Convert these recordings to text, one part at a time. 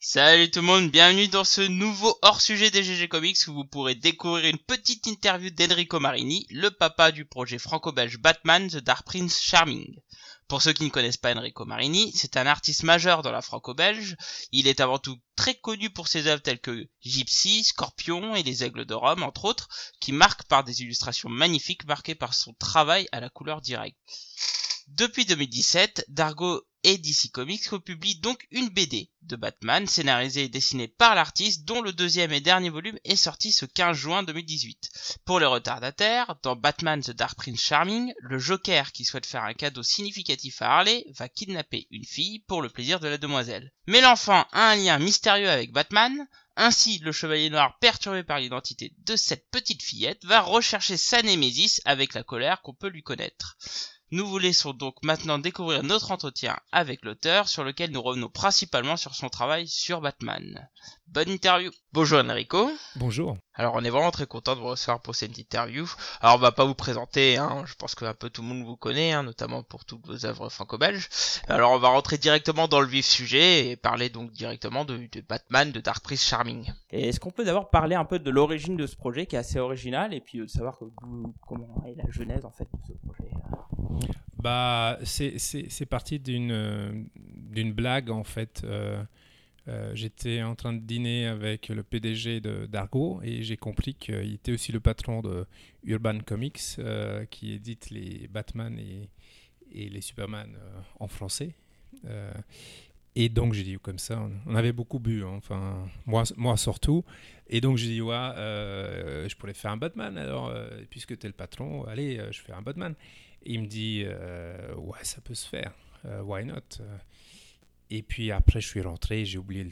Salut tout le monde, bienvenue dans ce nouveau hors-sujet des GG Comics où vous pourrez découvrir une petite interview d'Enrico Marini, le papa du projet franco-belge Batman The Dark Prince Charming. Pour ceux qui ne connaissent pas Enrico Marini, c'est un artiste majeur dans la franco-belge. Il est avant tout très connu pour ses œuvres telles que Gypsy, Scorpion et Les Aigles de Rome, entre autres, qui marquent par des illustrations magnifiques marquées par son travail à la couleur directe. Depuis 2017, Dargo et DC Comics republient donc une BD de Batman, scénarisée et dessinée par l'artiste, dont le deuxième et dernier volume est sorti ce 15 juin 2018. Pour les retardataires, dans Batman The Dark Prince Charming, le Joker qui souhaite faire un cadeau significatif à Harley va kidnapper une fille pour le plaisir de la demoiselle. Mais l'enfant a un lien mystérieux avec Batman. Ainsi, le Chevalier Noir, perturbé par l'identité de cette petite fillette, va rechercher sa némésis avec la colère qu'on peut lui connaître. Nous vous laissons donc maintenant découvrir notre entretien avec l'auteur, sur lequel nous revenons principalement sur son travail sur Batman. Bonne interview. Bonjour Enrico. Bonjour. Alors on est vraiment très content de vous recevoir pour cette interview. Alors on va pas vous présenter, je pense que un peu tout le monde vous connaît, notamment pour toutes vos œuvres franco-belges. Alors on va rentrer directement dans le vif sujet et parler donc directement de Batman, de Dark Prince Charming. Et est-ce qu'on peut d'abord parler un peu de l'origine de ce projet qui est assez original et puis de savoir comment est la genèse en fait de ce projet? C'est parti d'une blague en fait. J'étais en train de dîner avec le PDG d'Argo et j'ai compris qu'il était aussi le patron de Urban Comics qui édite les Batman et les Superman en français. Et donc j'ai dit comme ça, on avait beaucoup bu, enfin moi surtout. Et donc j'ai dit je pourrais faire un Batman alors, puisque tu es le patron, allez, je fais un Batman. Et il me dit ouais, ça peut se faire, why not? Et puis après je suis rentré, j'ai oublié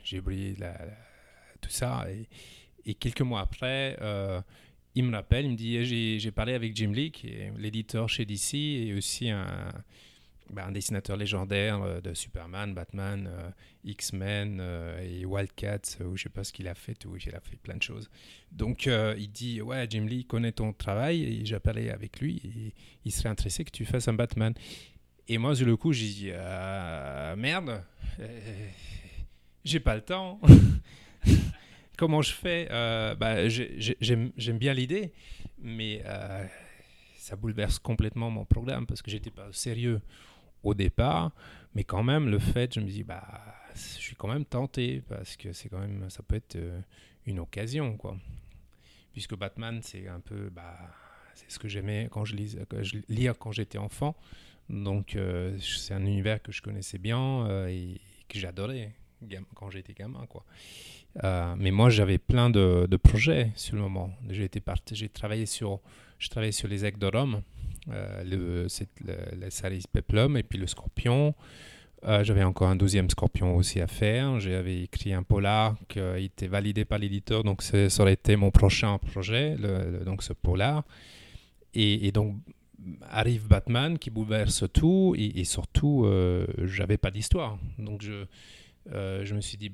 tout ça. Et quelques mois après, il me rappelle, il me dit j'ai parlé avec Jim Lee, qui est l'éditeur chez DC et aussi un dessinateur légendaire de Superman, Batman, X-Men et Wildcats, où je sais pas ce qu'il a fait, où il a fait plein de choses. Donc il dit ouais, Jim Lee connaît ton travail et j'ai parlé avec lui et il serait intéressé que tu fasses un Batman. Et moi sur le coup j'ai dit merde, j'ai pas le temps. Comment je fais? J'aime bien l'idée, mais ça bouleverse complètement mon programme parce que j'étais pas sérieux au départ, mais quand même le fait, je me dis je suis quand même tenté parce que c'est quand même, ça peut être une occasion quoi, puisque Batman c'est un peu c'est ce que j'aimais quand je lisais quand j'étais enfant, donc c'est un univers que je connaissais bien et que j'adorais quand j'étais gamin quoi. Mais moi j'avais plein de projets sur le moment. Je travaillais sur les Aigles de Rome, le série Peplum et puis le Scorpion. J'avais encore un deuxième Scorpion aussi à faire. J'avais écrit un polar qui était validé par l'éditeur, donc ça aurait été mon prochain projet, donc ce polar. Et donc arrive Batman qui bouleverse tout et surtout j'avais pas d'histoire. Donc je me suis dit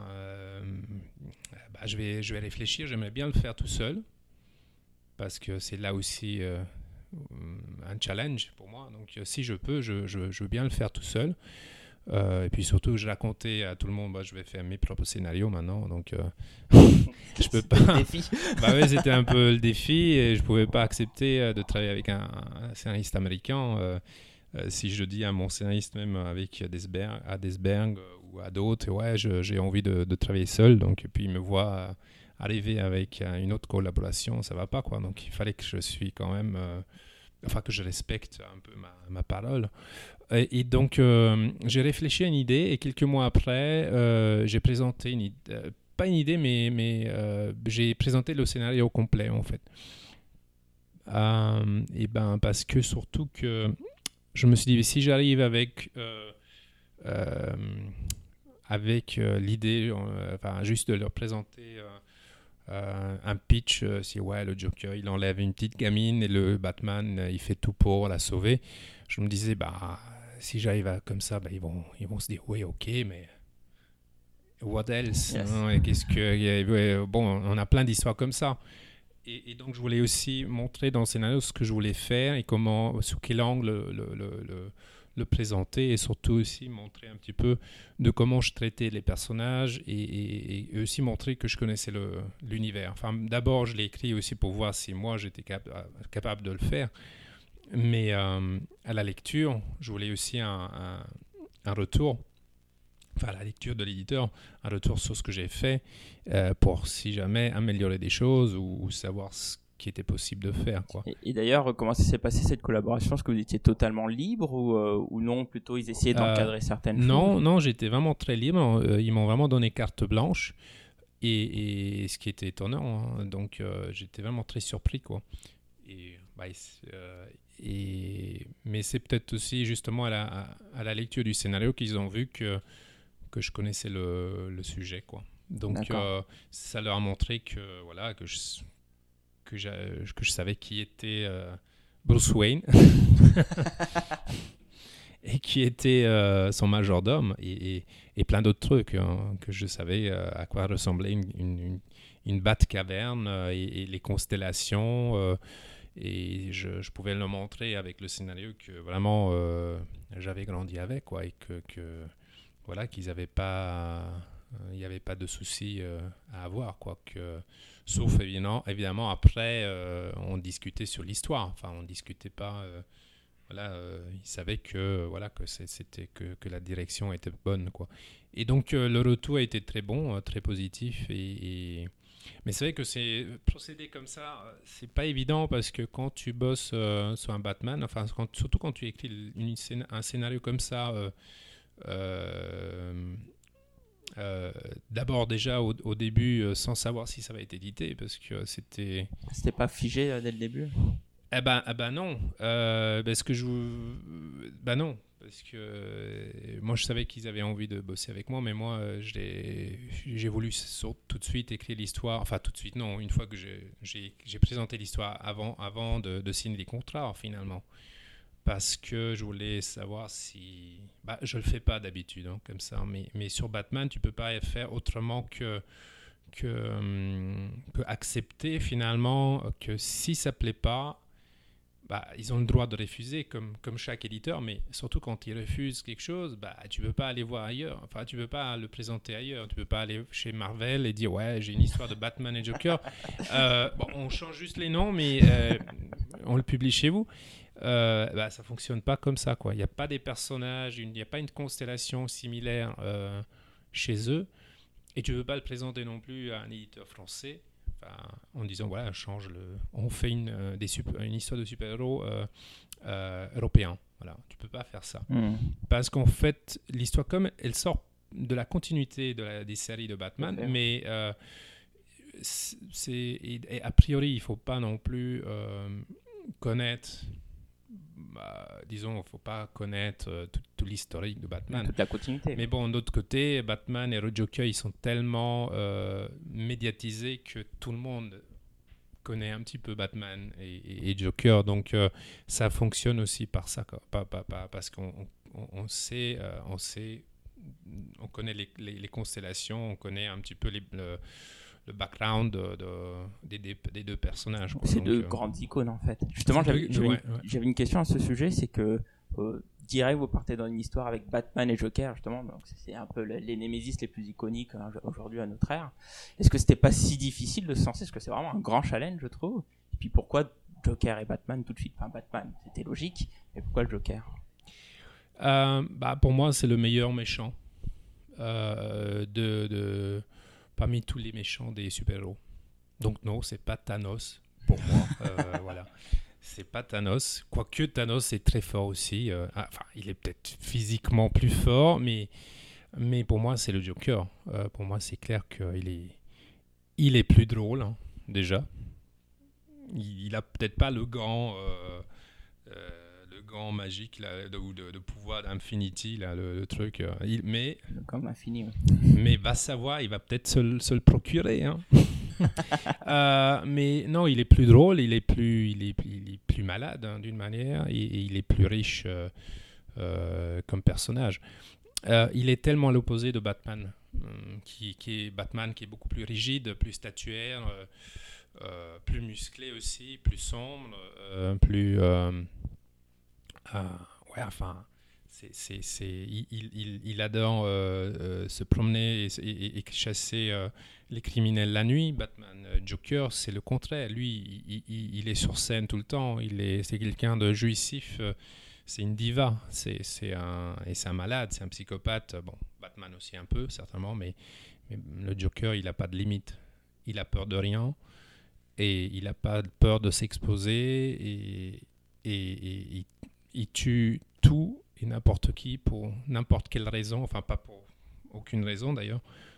je vais réfléchir. J'aimerais bien le faire tout seul parce que c'est là aussi un challenge pour moi. Donc si je peux, je veux bien le faire tout seul. Et puis surtout, je racontais à tout le monde, je vais faire mes propres scénarios maintenant. Donc je peux pas. Le défi. C'était un peu le défi et je pouvais pas accepter de travailler avec un scénariste américain. Si je dis à mon scénariste, même avec Desberg ou à d'autres, ouais, j'ai envie de travailler seul. Donc, et puis, il me voit arriver avec une autre collaboration, ça va pas, quoi. Donc, il fallait que je suis quand même... que je respecte un peu ma parole. Et donc, j'ai réfléchi à une idée et quelques mois après, j'ai présenté une idée... pas une idée, mais j'ai présenté le scénario complet, en fait. Parce que surtout que... Je me suis dit, si j'arrive avec l'idée, juste de leur présenter un pitch, si le Joker, il enlève une petite gamine et le Batman, il fait tout pour la sauver. Je me disais, si j'arrive comme ça, ils vont se dire, oui, ok, mais what else? Yes. On a plein d'histoires comme ça. Et donc, je voulais aussi montrer dans le scénario ce que je voulais faire et sous quel angle le présenter et surtout aussi montrer un petit peu de comment je traitais les personnages et aussi montrer que je connaissais l'univers. Enfin, d'abord, je l'ai écrit aussi pour voir si moi j'étais capable de le faire. Mais à la lecture, je voulais aussi un retour, enfin à la lecture de l'éditeur, un retour sur ce que j'ai fait pour si jamais améliorer des choses ou savoir ce qui était possible de faire, quoi. Et d'ailleurs, comment ça s'est passé cette collaboration? Est-ce que vous étiez totalement libre ou non? Plutôt, ils essayaient d'encadrer certaines choses? Non, j'étais vraiment très libre. Ils m'ont vraiment donné carte blanche. Et ce qui était étonnant, hein. Donc j'étais vraiment très surpris, quoi. Mais c'est peut-être aussi justement à la lecture du scénario qu'ils ont vu que je connaissais le sujet, quoi. Donc ça leur a montré que voilà que je savais qui était Bruce Wayne et qui était son majordome et plein d'autres trucs, hein, que je savais à quoi ressemblait une Batcaverne et les constellations. Et je pouvais le montrer avec le scénario que vraiment j'avais grandi avec, quoi, et que voilà, qu'ils avaient pas, il n'y avait pas de souci à avoir, quoi. Sauf évidemment après, on discutait sur l'histoire. Enfin, on discutait pas. Voilà, ils savaient que voilà c'était que la direction était bonne, quoi. Et donc le retour a été très bon, très positif mais c'est vrai que procéder comme ça, c'est pas évident parce que quand tu bosses sur un Batman, enfin surtout quand tu écris un scénario comme ça, d'abord déjà au début sans savoir si ça va être édité parce que c'était pas figé dès le début. Eh ben non, non, parce que moi je savais qu'ils avaient envie de bosser avec moi, mais moi j'ai voulu tout de suite écrire l'histoire, enfin tout de suite non, une fois que j'ai présenté l'histoire avant de signer les contrats finalement, parce que je voulais savoir si, je le fais pas d'habitude, hein, comme ça, mais sur Batman tu peux pas faire autrement que accepter finalement que si ça plaît pas, ils ont le droit de refuser comme chaque éditeur, mais surtout quand ils refusent quelque chose, tu ne peux pas aller voir ailleurs. Enfin, tu ne peux pas le présenter ailleurs. Tu ne peux pas aller chez Marvel et dire « Ouais, j'ai une histoire de Batman et Joker. On change juste les noms, mais on le publie chez vous. » Ça ne fonctionne pas comme ça, quoi. Il n'y a pas des personnages, il n'y a pas une constellation similaire chez eux. Et tu ne veux pas le présenter non plus à un éditeur français. En disant voilà, on fait une histoire de super-héros européen. Voilà, tu peux pas faire ça. Parce qu'en fait, l'histoire, comme elle sort de la continuité des séries de Batman, mais et a priori, il faut pas non plus connaître. Disons, il ne faut pas connaître tout l'historique de Batman. Toute la continuité. Mais bon, d'autre côté, Batman et le Joker, ils sont tellement médiatisés que tout le monde connaît un petit peu Batman et Joker. Donc, ça fonctionne aussi par ça, quoi. Parce qu'on sait, on connaît les constellations, on connaît un petit peu le background des deux personnages, quoi. C'est deux grandes icônes en fait. Justement, j'avais une question à ce sujet, c'est que direct vous partez dans une histoire avec Batman et Joker justement, donc c'est un peu les némésis les plus iconiques aujourd'hui à notre ère. Est-ce que c'était pas si difficile de se lancer? Parce que c'est vraiment un grand challenge, je trouve. Et puis pourquoi Joker et Batman tout de suite? Enfin, Batman, c'était logique, mais pourquoi le Joker? Pour moi, c'est le meilleur méchant parmi tous les méchants des super-héros. Donc non, c'est pas Thanos pour moi. Voilà, c'est pas Thanos. Quoique Thanos est très fort aussi. Il est peut-être physiquement plus fort, mais pour moi c'est le Joker. Pour moi, c'est clair qu'il est plus drôle, hein, déjà. Il a peut-être pas le gant magique là, de pouvoir d'Infinity, là, le truc. Mais comme infini. Ouais. Mais va savoir, il va peut-être se le procurer. Hein. Mais non, il est plus drôle, il est plus malade, hein, d'une manière, et il est plus riche comme personnage. Il est tellement à l'opposé de Batman, qui est beaucoup plus rigide, plus statuaire, plus musclé aussi, plus sombre, plus... Il adore se promener et chasser les criminels la nuit. Batman, Joker, c'est le contraire. Lui, il est sur scène tout le temps. C'est quelqu'un de jouissif. C'est une diva. C'est un malade, c'est un psychopathe. Bon, Batman aussi un peu, certainement, mais le Joker, il n'a pas de limite. Il a peur de rien et il n'a pas peur de s'exposer et il tue tout et n'importe qui pour n'importe quelle raison, enfin pas pour aucune raison d'ailleurs.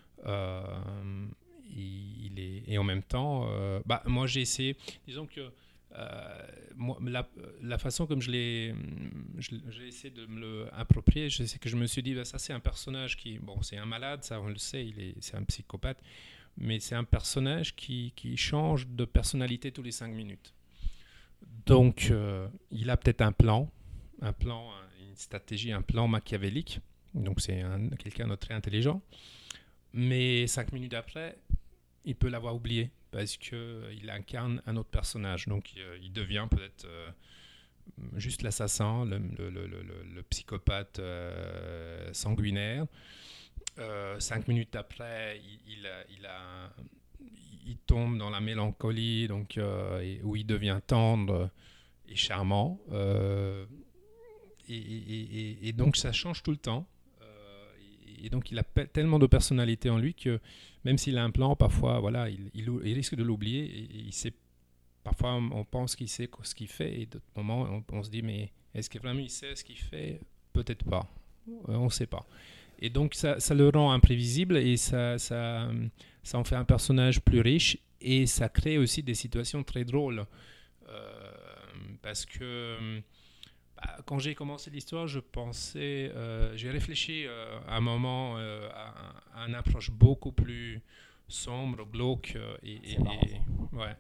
Et en même temps, moi j'ai essayé, disons que moi, la façon comme j'ai essayé de me l'approprier, c'est que je me suis dit, ça c'est un personnage qui, bon, c'est un malade, ça on le sait, c'est un psychopathe, mais c'est un personnage qui change de personnalité tous les 5 minutes. Donc, il a peut-être un plan, une stratégie, un plan machiavélique. Donc, c'est quelqu'un de très intelligent. Mais 5 minutes après, il peut l'avoir oublié parce qu'il incarne un autre personnage. Donc, il devient peut-être juste l'assassin, le psychopathe sanguinaire. 5 minutes après, il tombe dans la mélancolie, donc, où il devient tendre et charmant. Et donc, ça change tout le temps. Et donc, il a tellement de personnalité en lui que même s'il a un plan, parfois, voilà, il risque de l'oublier. Et il sait, parfois, on pense qu'il sait ce qu'il fait. Et d'autres moments, on se dit, mais est-ce que vraiment il sait ce qu'il fait ? Peut-être pas. On ne sait pas. Et donc, ça le rend imprévisible et ça en fait un personnage plus riche et ça crée aussi des situations très drôles. Parce que quand j'ai commencé l'histoire, j'ai réfléchi à un moment à une approche beaucoup plus sombre, glauque. Ouais.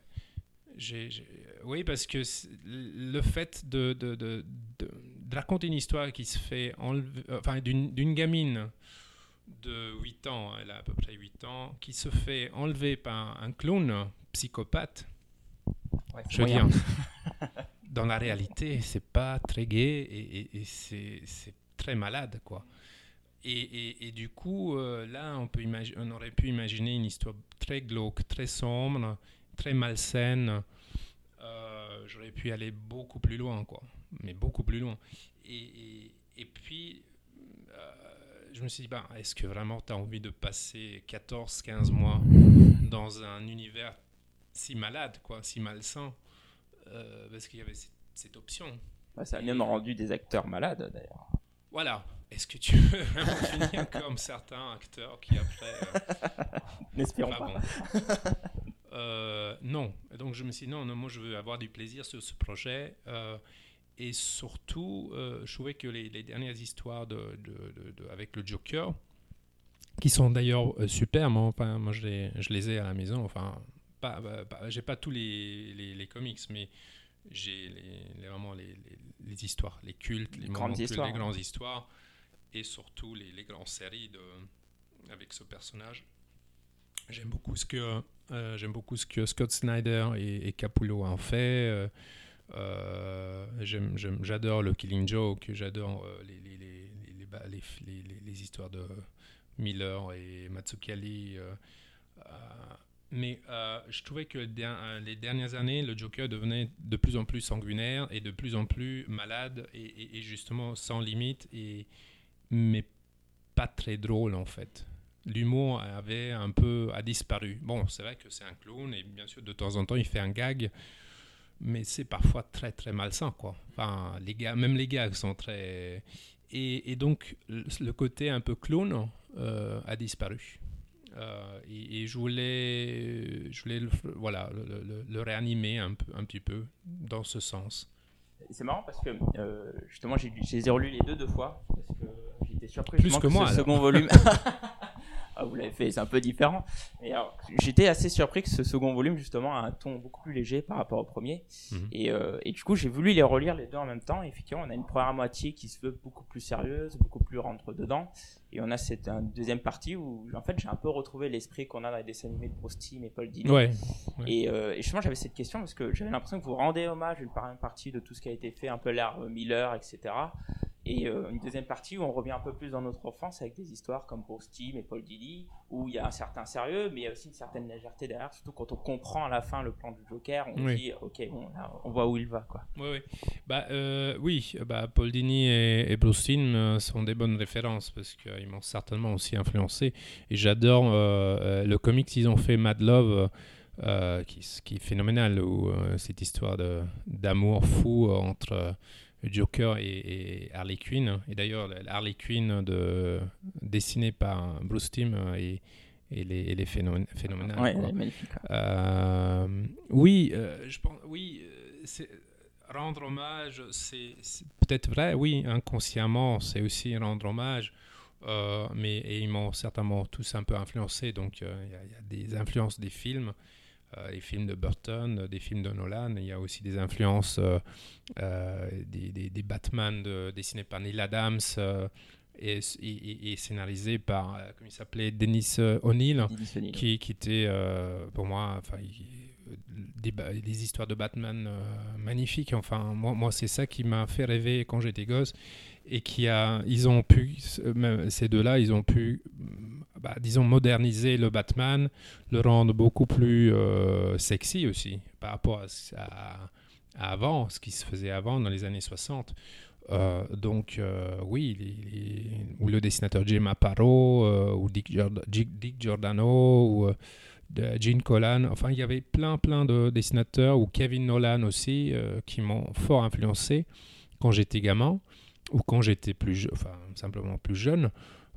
Oui, parce que le fait de raconter une histoire qui se fait d'une gamine de 8 ans, elle a à peu près 8 ans, qui se fait enlever par un clown psychopathe, je veux dire, dans la réalité, c'est pas très gai et c'est très malade, quoi. Et du coup, là, on aurait pu imaginer une histoire très glauque, très sombre, très malsaine. J'aurais pu aller beaucoup plus loin, quoi. Mais beaucoup plus loin. Et puis, je me suis dit, est-ce que vraiment tu as envie de passer 14-15 mois dans un univers si malade, quoi, si malsain, parce qu'il y avait cette option. Ça a même rendu des acteurs malades, d'ailleurs. Voilà. Est-ce que tu veux vraiment finir comme certains acteurs qui après... N'espérons pas. Bon. Non. Et donc je me suis dit, non, moi je veux avoir du plaisir sur ce projet. Et surtout, je trouvais que les dernières histoires avec le Joker, qui sont d'ailleurs super, moi je les ai à la maison, j'ai pas tous les comics, mais j'ai vraiment les histoires, les cultes, les grandes histoires, et surtout les grandes séries avec ce personnage. J'aime beaucoup ce que Scott Snyder et Capullo ont fait. J'adore le Killing Joke, j'adore les histoires de Miller et Mazzucchelli. Mais je trouvais que les dernières années, le Joker devenait de plus en plus sanguinaire et de plus en plus malade et justement sans limite, mais pas très drôle en fait. L'humour a disparu. Bon, c'est vrai que c'est un clown et bien sûr de temps en temps il fait un gag, mais c'est parfois très très malsain, quoi. Enfin, même les gags sont très... Et donc le côté un peu clown a disparu. Et je voulais le réanimer un petit peu dans ce sens. C'est marrant parce que justement je les ai relus les deux fois parce que j'étais surpris plus que moi, ce second volume. Ah, vous l'avez fait, c'est un peu différent. Et alors, j'étais assez surpris que ce second volume, justement, a un ton beaucoup plus léger par rapport au premier. Et du coup, j'ai voulu les relire les deux en même temps. Et effectivement, on a une première moitié qui se veut beaucoup plus sérieuse, beaucoup plus rentre-dedans. Et on a une deuxième partie où, en fait, j'ai un peu retrouvé l'esprit qu'on a dans les dessins animés de Bruce Timm et Paul Dini. Ouais. Et justement, j'avais cette question parce que j'avais l'impression que vous rendez hommage une première partie de tout ce qui a été fait, un peu l'ère Miller, etc. Et une deuxième partie où on revient un peu plus dans notre enfance avec des histoires comme Bruce Timm et Paul Dini, où il y a un certain sérieux, mais il y a aussi une certaine légèreté derrière, surtout quand on comprend à la fin le plan du Joker, on dit ok, bon, là, on voit où il va, quoi. Paul Dini et Bruce Timm sont des bonnes références parce qu'ils m'ont certainement aussi influencé. Et j'adore le comics qu'ils ont fait, Mad Love, qui est phénoménal, où cette histoire d'amour fou entre Joker et Harley Quinn. Et d'ailleurs, Harley Quinn dessinée par Bruce Timm elle est phénoménale. Ouais, elle est magnifique. Je pense, rendre hommage, c'est peut-être vrai, oui, inconsciemment, c'est aussi rendre hommage. Mais ils m'ont certainement tous un peu influencé. Donc, il y a des influences des films. Les films de Burton, des films de Nolan. Il y a aussi des influences des Batman dessinés par Neil Adams et scénarisés par, comment il s'appelait, Dennis O'Neil, qui était pour moi, des histoires de Batman magnifiques. Enfin, moi, c'est ça qui m'a fait rêver quand j'étais gosse. Et ces deux-là, ils ont pu, disons, moderniser le Batman, le rendre beaucoup plus sexy aussi, par rapport à avant, ce qui se faisait avant, dans les années 60. Ou le dessinateur Jim Aparo, ou Dick Giordano, ou Gene Colan. Enfin, il y avait plein de dessinateurs, ou Kevin Nolan aussi, qui m'ont fort influencé quand j'étais gamin, ou quand j'étais simplement plus jeune.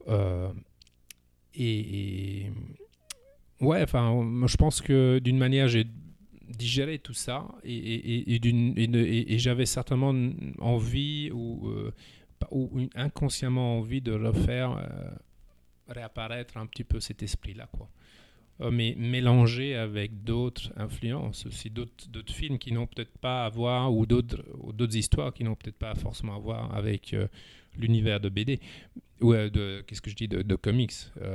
Je pense que d'une manière, j'ai digéré tout ça et j'avais certainement envie ou inconsciemment envie de refaire réapparaître un petit peu cet esprit-là, quoi. Mais mélangé avec d'autres influences aussi, d'autres films qui n'ont peut-être pas à voir, ou d'autres histoires qui n'ont peut-être pas forcément à voir avec l'univers de BD, ou de comics.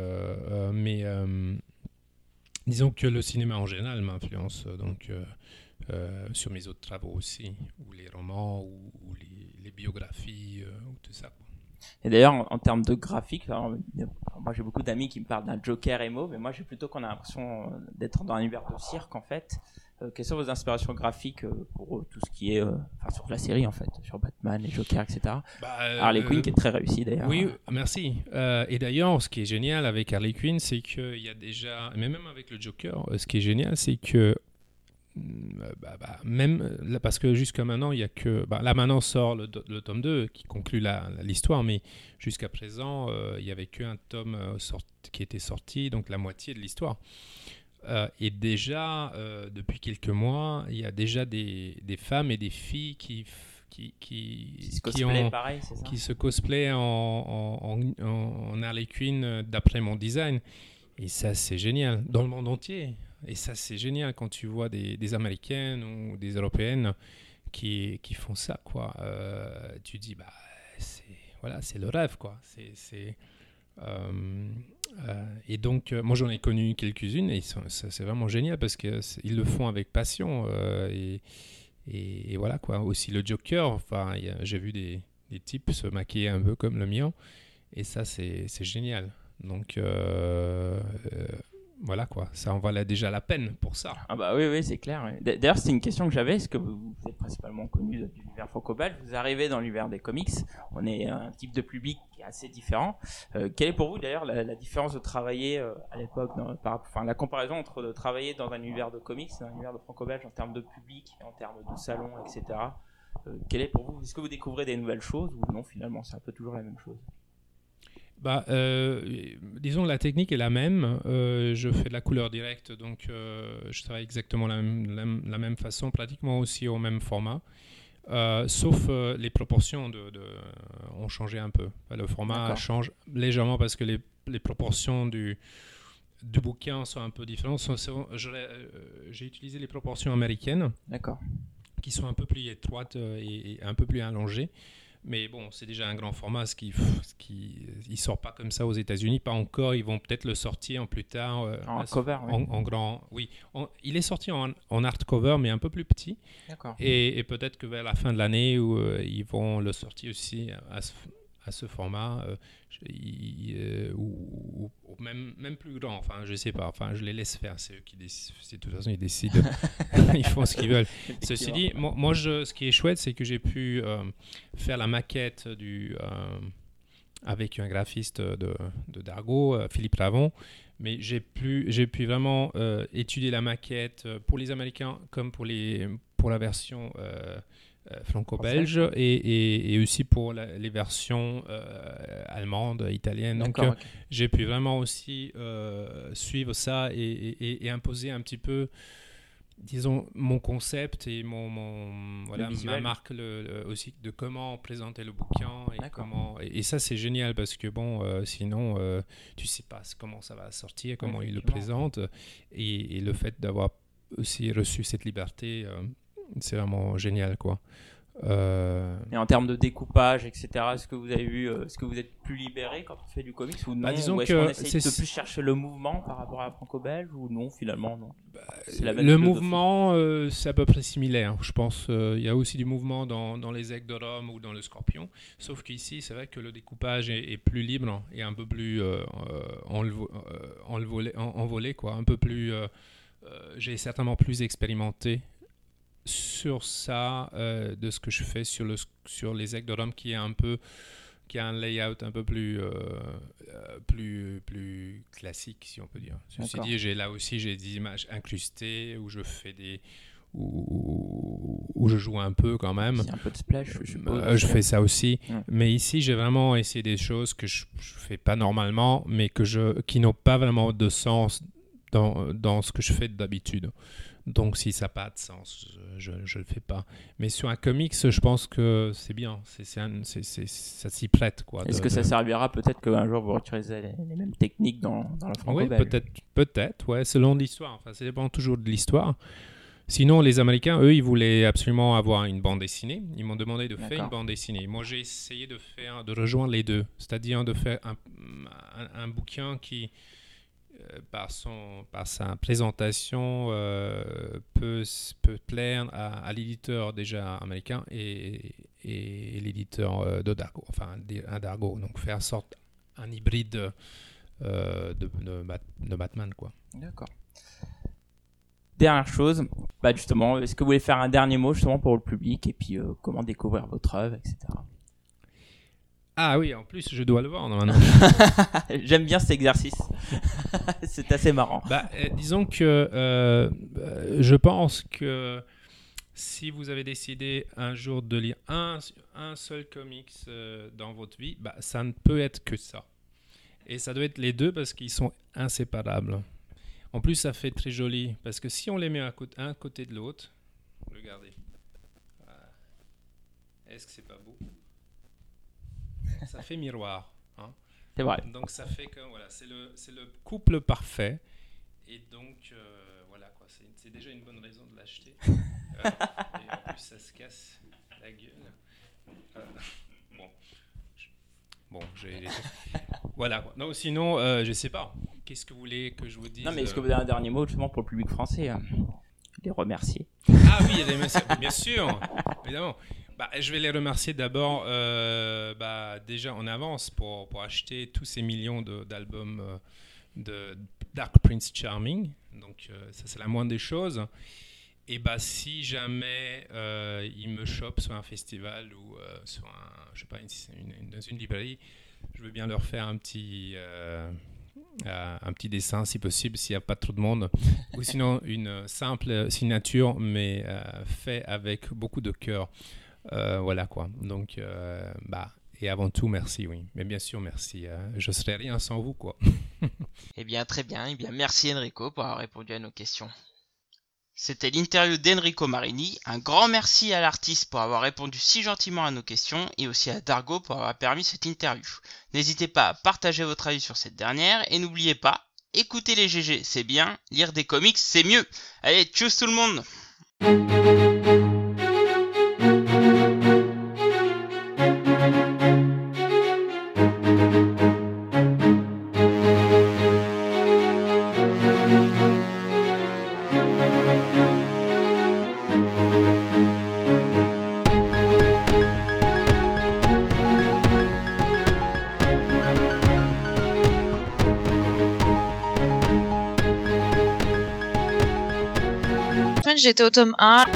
Disons que le cinéma en général m'influence sur mes autres travaux aussi, ou les romans, ou les biographies, ou tout ça, quoi. Et d'ailleurs, en termes de graphique, moi j'ai beaucoup d'amis qui me parlent d'un Joker émo, mais moi j'ai plutôt qu'on a l'impression d'être dans un univers de cirque, en fait. Quelles sont vos inspirations graphiques pour tout ce qui est sur la série, en fait, sur Batman, les Jokers, etc. Harley Quinn qui est très réussi d'ailleurs. Oui, merci. Et d'ailleurs, ce qui est génial avec Harley Quinn, c'est qu'il y a déjà, mais même avec le Joker, ce qui est génial, c'est que même parce que jusqu'à maintenant il y a que là maintenant sort le tome 2 qui conclut l'histoire, mais jusqu'à présent il y avait qu'un tome qui était sorti, donc la moitié de l'histoire, et déjà depuis quelques mois il y a déjà des femmes et des filles qui se cosplayent en Harley Quinn d'après mon design, et ça c'est génial dans le monde entier. Et ça, c'est génial quand tu vois des Américaines ou des Européennes qui font ça, quoi. Tu dis, c'est le rêve, quoi. Et donc, moi, j'en ai connu quelques-unes et c'est vraiment génial parce qu'ils le font avec passion. Et voilà, quoi. Aussi, le Joker, j'ai vu des types se maquiller un peu comme le mien. Et ça, c'est génial. Donc... voilà, quoi, ça en valait déjà la peine pour ça. Ah bah oui, c'est clair. D'ailleurs, c'était une question que j'avais. Est-ce que vous êtes principalement connu de l'univers franco-belge, vous arrivez dans l'univers des comics, on est un type de public qui est assez différent. Quelle est pour vous d'ailleurs la différence de travailler à l'époque, la comparaison entre de travailler dans un univers de comics et un univers de franco-belge en termes de public, en termes de salon, etc. Quelle est pour vous? Est-ce que vous découvrez des nouvelles choses ou non, finalement c'est un peu toujours la même chose? Disons, la technique est la même. Je fais de la couleur directe, donc je travaille exactement la même façon, pratiquement aussi au même format, sauf les proportions ont changé un peu. Le format change légèrement parce que les proportions du bouquin sont un peu différentes. J'ai utilisé les proportions américaines, qui sont un peu plus étroites et un peu plus allongées. Mais bon, c'est déjà un grand format, il sort pas comme ça aux États-Unis, pas encore. Ils vont peut-être le sortir plus tard en cover, en grand. Oui, il est sorti en hardcover, mais un peu plus petit. D'accord. Et peut-être que vers la fin de l'année, où ils vont le sortir aussi à ce format, ou même plus grand. Enfin, je sais pas. Enfin, je les laisse faire. C'est eux qui décident. De toute façon, ils décident. Ils font ce qu'ils veulent. Ceci dit, moi, ce qui est chouette, c'est que j'ai pu faire la maquette avec un graphiste de Dargo, Philippe Ravon. Mais j'ai pu vraiment étudier la maquette pour les Américains comme pour la version franco-belge et aussi pour les versions allemandes, italiennes. Donc, j'ai pu vraiment aussi suivre ça et imposer un petit peu, disons, mon concept et ma marque aussi de comment présenter le bouquin et ça c'est génial parce que sinon tu sais pas comment ça va sortir, comment il le présente et le fait d'avoir aussi reçu cette liberté, c'est vraiment génial quoi. Et en termes de découpage, etc., est-ce que vous êtes plus libéré quand on fait du comics ou non, disons ou est-ce qu'on essaye de plus chercher le mouvement par rapport à la franco-belge ou non, finalement non. C'est la même le mouvement, c'est à peu près similaire. Je pense il y a aussi du mouvement dans les Aigles de Rome ou dans le Scorpion, sauf qu'ici, c'est vrai que le découpage est plus libre et un peu plus envolé, quoi. Un peu plus... j'ai certainement plus expérimenté sur ça de ce que je fais sur les Aigles de Rome qui a un layout un peu plus classique si on peut dire. Ceci dit, j'ai des images incrustées où je fais où je joue un peu quand même. C'est un peu de splash, je fais ça aussi. Mais ici, j'ai vraiment essayé des choses que je fais pas normalement, mais qui n'ont pas vraiment de sens dans ce que je fais d'habitude. Donc, si ça n'a pas de sens, je ne le fais pas. Mais sur un comics, je pense que c'est bien. Ça s'y prête. Quoi, Est-ce que ça servira peut-être qu'un jour vous retirez les mêmes techniques dans le franco-belge? Oui, peut-être, ouais, selon l'histoire. Enfin, ça dépend toujours de l'histoire. Sinon, les Américains, eux, ils voulaient absolument avoir une bande dessinée. Ils m'ont demandé de faire une bande dessinée. Moi, j'ai essayé de rejoindre les deux. C'est-à-dire de faire un bouquin qui... par sa présentation peut plaire à l'éditeur déjà américain et l'éditeur de Dargo, enfin un Dargo, donc faire sorte un hybride de Batman quoi. D'accord. Dernière chose, justement, est-ce que vous voulez faire un dernier mot justement pour le public et puis comment découvrir votre œuvre, etc. Ah oui, en plus, je dois le voir maintenant. J'aime bien cet exercice. C'est assez marrant. Disons que je pense que si vous avez décidé un jour de lire un seul comics dans votre vie, ça ne peut être que ça. Et ça doit être les deux parce qu'ils sont inséparables. En plus, ça fait très joli parce que si on les met un côté de l'autre, regardez. Est-ce que c'est pas beau ? Ça fait miroir. Hein. C'est vrai. Donc ça fait que voilà, c'est le couple parfait. Et donc voilà quoi, c'est déjà une bonne raison de l'acheter. Et en plus ça se casse la gueule. Voilà. Non, sinon je sais pas. Qu'est-ce que vous voulez que je vous dise? Non mais est-ce que vous avez un dernier mot justement pour le public français les remercier? Ah oui, bien sûr, évidemment. Je vais les remercier d'abord déjà en avance pour acheter tous ces millions d'albums de Dark Prince Charming. Donc ça c'est la moindre des choses. Et si jamais ils me chopent sur un festival ou sur dans une librairie, je veux bien leur faire un petit dessin si possible, s'il n'y a pas trop de monde, ou sinon une simple signature mais fait avec beaucoup de cœur. Voilà quoi. Donc, et avant tout, merci, oui. Mais bien sûr, merci. Je ne serais rien sans vous, quoi. Eh bien, très bien. Eh bien, merci Enrico pour avoir répondu à nos questions. C'était l'interview d'Enrico Marini. Un grand merci à l'artiste pour avoir répondu si gentiment à nos questions et aussi à Dargo pour avoir permis cette interview. N'hésitez pas à partager votre avis sur cette dernière et n'oubliez pas, écouter les GG, c'est bien, lire des comics, c'est mieux. Allez, tchuss tout le monde! Batman, j'étais au tome 1.